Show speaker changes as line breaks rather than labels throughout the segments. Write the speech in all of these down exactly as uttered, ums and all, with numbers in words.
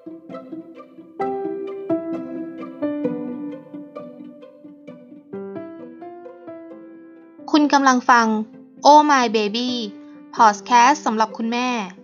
คุณกำลังฟัง Oh My Baby Podcast สำหรับคุณแม่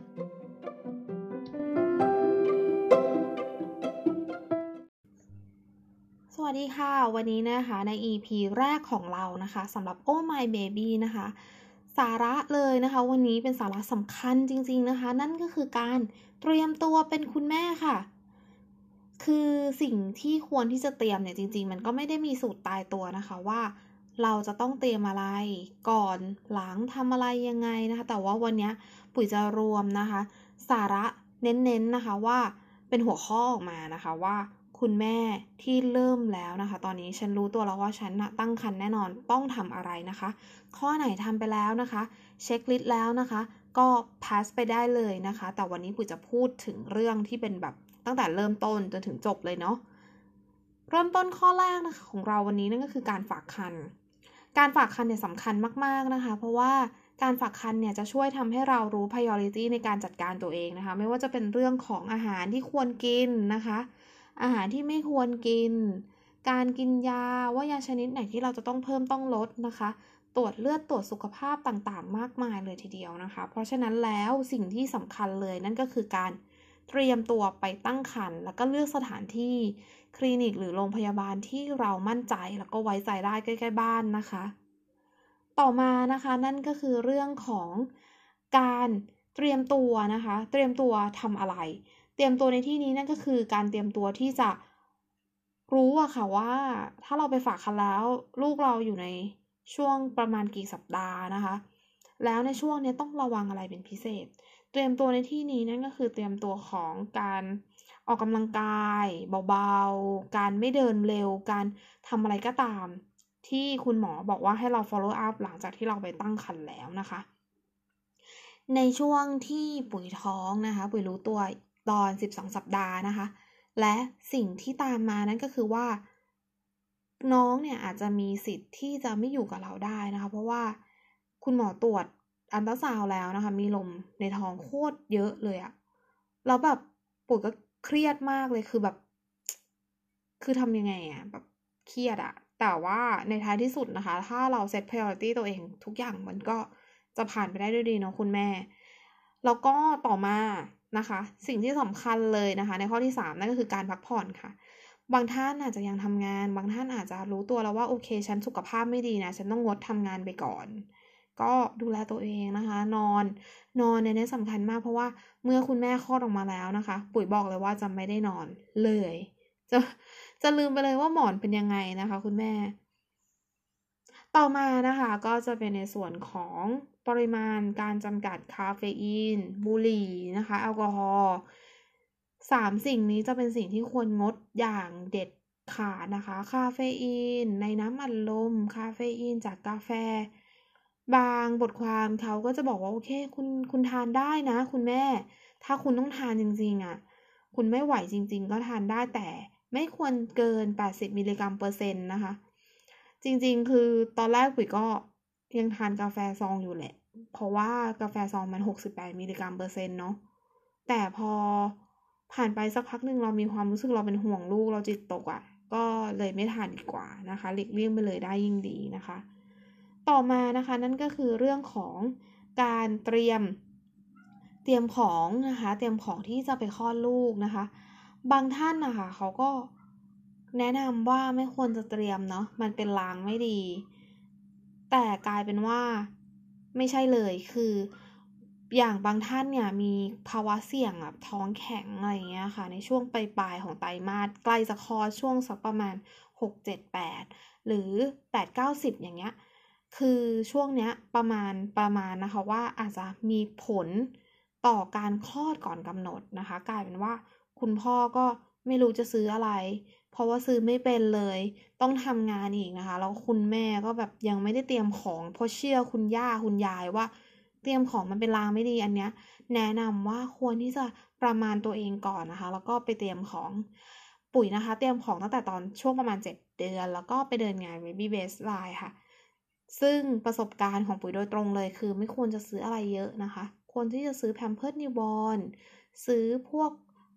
สวัสดีค่ะวันนี้นะคะใน อี พี แรกของเรานะคะสำหรับ Oh My Baby นะคะสาระเลยนะคะวันนี้เป็นสาระสำคัญจริงๆนะคะนั่นก็คือการเตรียมตัวเป็นคุณแม่ค่ะคือสิ่งที่ควรที่จะเตรียมเนี่ยจริงๆมันก็ไม่ได้มีสูตรตายตัวนะคะว่าเราจะต้องเตรียมอะไรก่อนหลังทำอะไรยังไงนะคะแต่ว่าวันนี้ปุ๋ยจะรวมนะคะสาระเน้นๆนะคะว่าเป็นหัวข้อออกมานะคะว่าคุณแม่ที่เริ่มแล้วนะคะตอนนี้ฉันรู้ตัวแล้วว่าฉันนะตั้งครรภ์แน่นอนต้องทำอะไรนะคะข้อไหนทำไปแล้วนะคะเช็คลิสต์แล้วนะคะก็ pass ไปได้เลยนะคะแต่วันนี้ปุ๋ยจะพูดถึงเรื่องที่เป็นแบบตั้งแต่เริ่มต้นจนถึงจบเลยเนาะเริ่มต้นข้อแรกนะคะของเราวันนี้นั่นก็คือการฝากครรภ์การฝากครรภ์เนี่ยสำคัญมากๆนะคะเพราะว่าการฝากครรภ์เนี่ยจะช่วยทำให้เรารู้ priority ในการจัดการตัวเองนะคะไม่ว่าจะเป็นเรื่องของอาหารที่ควรกินนะคะอาหารที่ไม่ควรกินการกินยาว่ายาชนิดไหนที่เราจะต้องเพิ่มต้องลดนะคะตรวจเลือดตรวจสุขภาพต่างๆมากมายเลยทีเดียวนะคะเพราะฉะนั้นแล้วสิ่งที่สำคัญเลยนั่นก็คือการเตรียมตัวไปตั้งครรภ์แล้วก็เลือกสถานที่คลินิกหรือโรงพยาบาลที่เรามั่นใจแล้วก็ไว้ใจได้ใกล้ๆบ้านนะคะต่อมานะคะนั่นก็คือเรื่องของการเตรียมตัวนะคะเตรียมตัวทำอะไรเตรียมตัวในที่นี้นั่นก็คือการเตรียมตัวที่จะรู้อะค่ะว่าถ้าเราไปฝากครรภ์แล้วลูกเราอยู่ในช่วงประมาณกี่สัปดาห์นะคะแล้วในช่วงนี้ต้องระวังอะไรเป็นพิเศษเตรียมตัวในที่นี้นั่นก็คือเตรียมตัวของการออกกำลังกายเบาๆการไม่เดินเร็วการทำอะไรก็ตามที่คุณหมอบอกว่าให้เรา follow up หลังจากที่เราไปตั้งครรภ์แล้วนะคะในช่วงที่ปุ๋ยท้องนะคะปุ๋ยรู้ตัวตอนสิบสองสัปดาห์นะคะและสิ่งที่ตามมานั่นก็คือว่าน้องเนี่ยอาจจะมีสิทธิ์ที่จะไม่อยู่กับเราได้นะคะเพราะว่าคุณหมอตรวจอัลตราซาวด์แล้วนะคะมีลมในท้องโคตรเยอะเลยอะแล้วแบบปุ๋ยก็เครียดมากเลยคือแบบคือทำยังไงอะแบบเครียดอะแต่ว่าในท้ายที่สุดนะคะถ้าเรา set priority ตัวเองทุกอย่างมันก็จะผ่านไปได้ด้วยดีเนาะคุณแม่แล้วก็ต่อมานะคะสิ่งที่สำคัญเลยนะคะในข้อที่สามนั่นก็คือการพักผ่อนค่ะบางท่านอาจจะยังทำงานบางท่านอาจจะรู้ตัวแล้วว่าโอเคฉันสุขภาพไม่ดีนะฉันต้องงดทำงานไปก่อนก็ดูแลตัวเองนะคะนอนนอนในนี้สำคัญมากเพราะว่าเมื่อคุณแม่คลอดออกมาแล้วนะคะปุ๋ยบอกเลยว่าจะไม่ได้นอนเลยจะจะลืมไปเลยว่าหมอนเป็นยังไงนะคะคุณแม่ต่อมานะคะก็จะเป็นในส่วนของปริมาณการจำกัดคาเฟอีนบุหรี่นะคะแอลกอฮอล์สามสิ่งนี้จะเป็นสิ่งที่ควรงดอย่างเด็ดขาดนะคะคาเฟอีนในน้ำอัดลมคาเฟอีนจากกาแฟบางบทความเขาก็จะบอกว่าโอเคคุณคุณทานได้นะคุณแม่ถ้าคุณต้องทานจริงๆอ่ะคุณไม่ไหวจริงๆก็ทานได้แต่ไม่ควรเกินแปดสิบมิลลิกรัมเปอร์เซ็นต์นะคะจริงๆคือตอนแรกปุ๋ยก็ยังทานกาแฟซองอยู่แหละเพราะว่ากาแฟซองมันหกสิบแปดมิลลิกรัมเปอร์เซ็นต์เนาะแต่พอผ่านไปสักพักหนึ่งเรามีความรู้สึกเราเป็นห่วงลูกเราจิตตกอ่ะก็เลยไม่ทานดีกว่านะคะหลีกเลี่ยงไปเลยได้ยิ่งดีนะคะต่อมานะคะนั่นก็คือเรื่องของการเตรียมเตรียมของนะคะเตรียมของที่จะไปคลอดลูกนะคะบางท่านนะคะเขาก็แนะนำว่าไม่ควรจะเตรียมเนาะมันเป็นลางไม่ดีแต่กลายเป็นว่าไม่ใช่เลยคืออย่างบางท่านเนี่ยมีภาวะเสี่ยงแบบท้องแข็งอะไรอย่างเงี้ยค่ะในช่วงปลายๆของไตรมาสใกล้จะคลอดช่วงสักประมาณหก เจ็ด แปดหรือแปด เก้า สิบอย่างเงี้ยคือช่วงเนี้ยประมาณประมาณนะคะว่าอาจจะมีผลต่อการคลอดก่อนกำหนดนะคะกลายเป็นว่าคุณพ่อก็ไม่รู้จะซื้ออะไรเพราะว่าซื้อไม่เป็นเลยต้องทำงานอีกนะคะแล้วคุณแม่ก็แบบยังไม่ได้เตรียมของเพราะเชื่อคุณย่าคุณยายว่าเตรียมของมันเป็นลางไม่ดีอันเนี้ยแนะนำว่าควรที่จะประมาณตัวเองก่อนนะคะแล้วก็ไปเตรียมของปุ๋ยนะคะเตรียมของตั้งแต่ตอนช่วงประมาณเจ็ดเดือนแล้วก็ไปเดินงาน Baby Baseline ค่ะซึ่งประสบการณ์ของปุ๋ยโดยตรงเลยคือไม่ควรจะซื้ออะไรเยอะนะคะควรที่จะซื้อ Pampers Newborn ซื้อพวก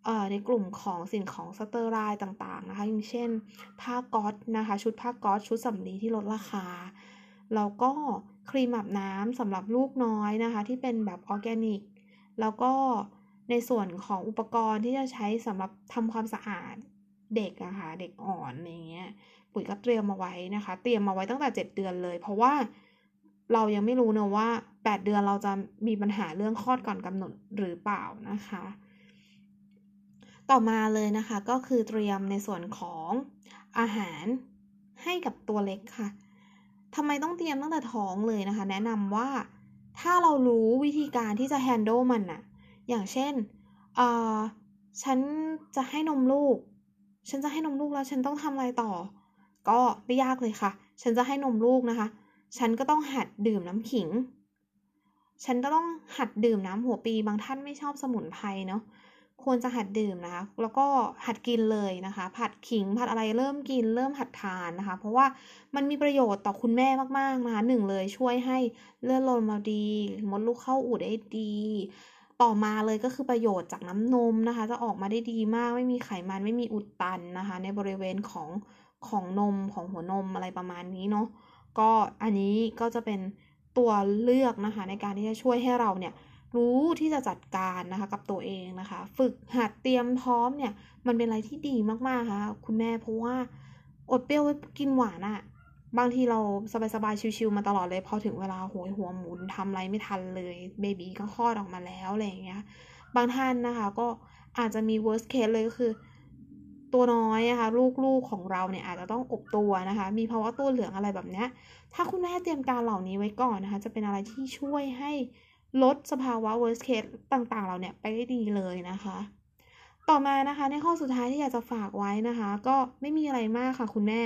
เอ่อในกลุ่มของสิ่งของสเตอไรล์ต่างๆนะคะอย่างเช่นผ้าก๊อซนะคะชุดผ้าก๊อซชุดสำลีที่ลดราคาแล้วก็ครีมอาบน้ำสำหรับลูกน้อยนะคะที่เป็นแบบออร์แกนิกแล้วก็ในส่วนของอุปกรณ์ที่จะใช้สำหรับทำความสะอาดเด็กอะค่ะเด็กอ่อนอะไรเงี้ยปุ๋ยก็เตรียมมาไว้นะคะเตรียมมาไว้ตั้งแต่เจ็ดเดือนเลยเพราะว่าเรายังไม่รู้นะว่าแปดเดือนเราจะมีปัญหาเรื่องคลอดก่อนกำหนดหรือเปล่านะคะต่อมาเลยนะคะก็คือเตรียมในส่วนของอาหารให้กับตัวเล็กค่ะทำไมต้องเตรียมตั้งแต่ท้องเลยนะคะแนะนำว่าถ้าเรารู้วิธีการที่จะ handle มันน่ะอย่างเช่นเอ่อฉันจะให้นมลูกฉันจะให้นมลูกแล้วฉันต้องทำอะไรต่อก็ไม่ยากเลยค่ะฉันจะให้นมลูกนะคะฉันก็ต้องหัดดื่มน้ำขิงฉันก็ต้องหัดดื่มน้ำหัวปีบางท่านไม่ชอบสมุนไพรเนาะควรจะหัดดื่มนะคะแล้วก็หัดกินเลยนะคะผัดขิงผัดอะไรเริ่มกินเริ่มหัดทานนะคะเพราะว่ามันมีประโยชน์ต่อคุณแม่มากๆนะคะหนึ่งเลยช่วยให้เลือดลมเราดีมดลูกเข้าอู่ได้ดีต่อมาเลยก็คือประโยชน์จากน้ำนมนะคะจะออกมาได้ดีมากไม่มีไขมันไม่มีอุดตันนะคะในบริเวณของของนมของหัวนมอะไรประมาณนี้เนาะก็อันนี้ก็จะเป็นตัวเลือกนะคะในการที่จะช่วยให้เราเนี่ยรู้ที่จะจัดการนะคะกับตัวเองนะคะฝึกหัดเตรียมพร้อมเนี่ยมันเป็นอะไรที่ดีมากๆค่ะคุณแม่เพราะว่าอดเปรี้ยวกินหวานอะบางทีเราสบายๆชิวๆมาตลอดเลยพอถึงเวลาโหยหัวหมุนทำอะไรไม่ทันเลยเบบีก็คลอดออกมาแล้วอะไรอย่างเงี้ยบางท่านนะคะก็อาจจะมี worst case เลยก็คือตัวน้อยนะคะลูกๆของเราเนี่ยอาจจะต้องอบตัวนะคะมีภาวะตัวเหลืองอะไรแบบเนี้ยถ้าคุณแม่เตรียมการเหล่านี้ไว้ก่อนนะคะจะเป็นอะไรที่ช่วยให้ลดสภาวะ worst case ต่างๆเราเนี่ยไปได้ดีเลยนะคะต่อมานะคะในข้อสุดท้ายที่อยากจะฝากไว้นะคะก็ไม่มีอะไรมากค่ะคุณแม่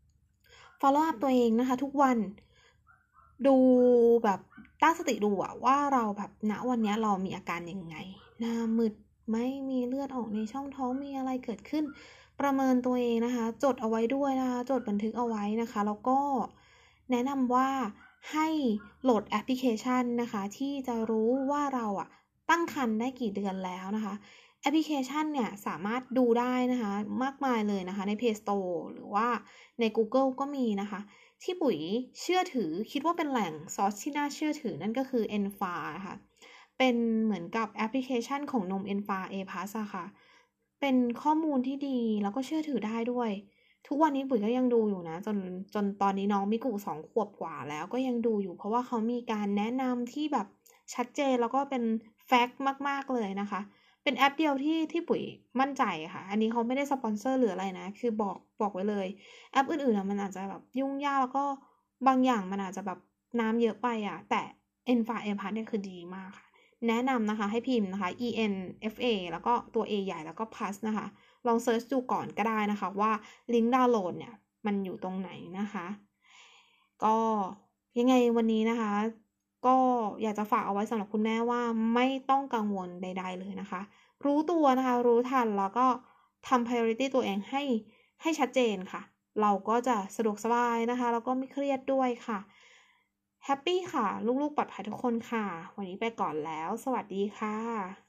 follow up ตัวเองนะคะทุกวันดูแบบตั้งสติดูอะว่าเราแบบณวันนี้เรามีอาการยังไงหน้ามืดไม่มีเลือดออกในช่องท้องมีอะไรเกิดขึ้นประเมินตัวเองนะคะจดเอาไว้ด้วยนะคะจดบันทึกเอาไว้นะคะแล้วก็แนะนำว่าให้โหลดแอปพลิเคชันนะคะที่จะรู้ว่าเราอะตั้งครรภ์ได้กี่เดือนแล้วนะคะแอปพลิเคชันเนี่ยสามารถดูได้นะคะมากมายเลยนะคะใน Play Store หรือว่าใน Google ก็มีนะคะที่ปุ๋ยเชื่อถือคิดว่าเป็นแหล่งซอสที่น่าเชื่อถือนั่นก็คือ เอ็น เอฟ เอ นะคะเป็นเหมือนกับแอปพลิเคชันของนม เอ็น เอฟ เอ A+ อะค่ะเป็นข้อมูลที่ดีแล้วก็เชื่อถือได้ด้วยทุกวันนี้ปุ๋ยก็ยังดูอยู่นะจนจนตอนนี้น้องมิกุสองขวบกว่าแล้วก็ยังดูอยู่เพราะว่าเขามีการแนะนำที่แบบชัดเจนแล้วก็เป็นแฟกต์มากๆเลยนะคะเป็นแอปเดียวที่ที่ปุ๋ยมั่นใจค่ะอันนี้เขาไม่ได้สปอนเซอร์หรืออะไรนะคือบอกบอกไว้เลยแอปอื่นๆอะมันอาจจะแบบยุ่งยากแล้วก็บางอย่างมันอาจจะแบบน้ำเยอะไปอะแต่ เอ็น เอฟ เอ Plus เนี่ยคือดีมากค่ะแนะนำนะคะให้พิมพ์นะคะ E N F A แล้วก็ตัว A ใหญ่แล้วก็ plus นะคะลองเซิร์ชดูก่อนก็ได้นะคะว่าลิงก์ดาวน์โหลดเนี่ยมันอยู่ตรงไหนนะคะก็ยังไงวันนี้นะคะก็อยากจะฝากเอาไว้สำหรับคุณแม่ว่าไม่ต้องกังวลใดๆเลยนะคะรู้ตัวนะคะรู้ทันแล้วก็ทำ priority ตัวเองให้ให้ชัดเจนค่ะเราก็จะสะดวกสบายนะคะแล้วก็ไม่เครียดด้วยค่ะแฮปปี้ค่ะลูกๆปลอดภัยทุกคนค่ะวันนี้ไปก่อนแล้วสวัสดีค่ะ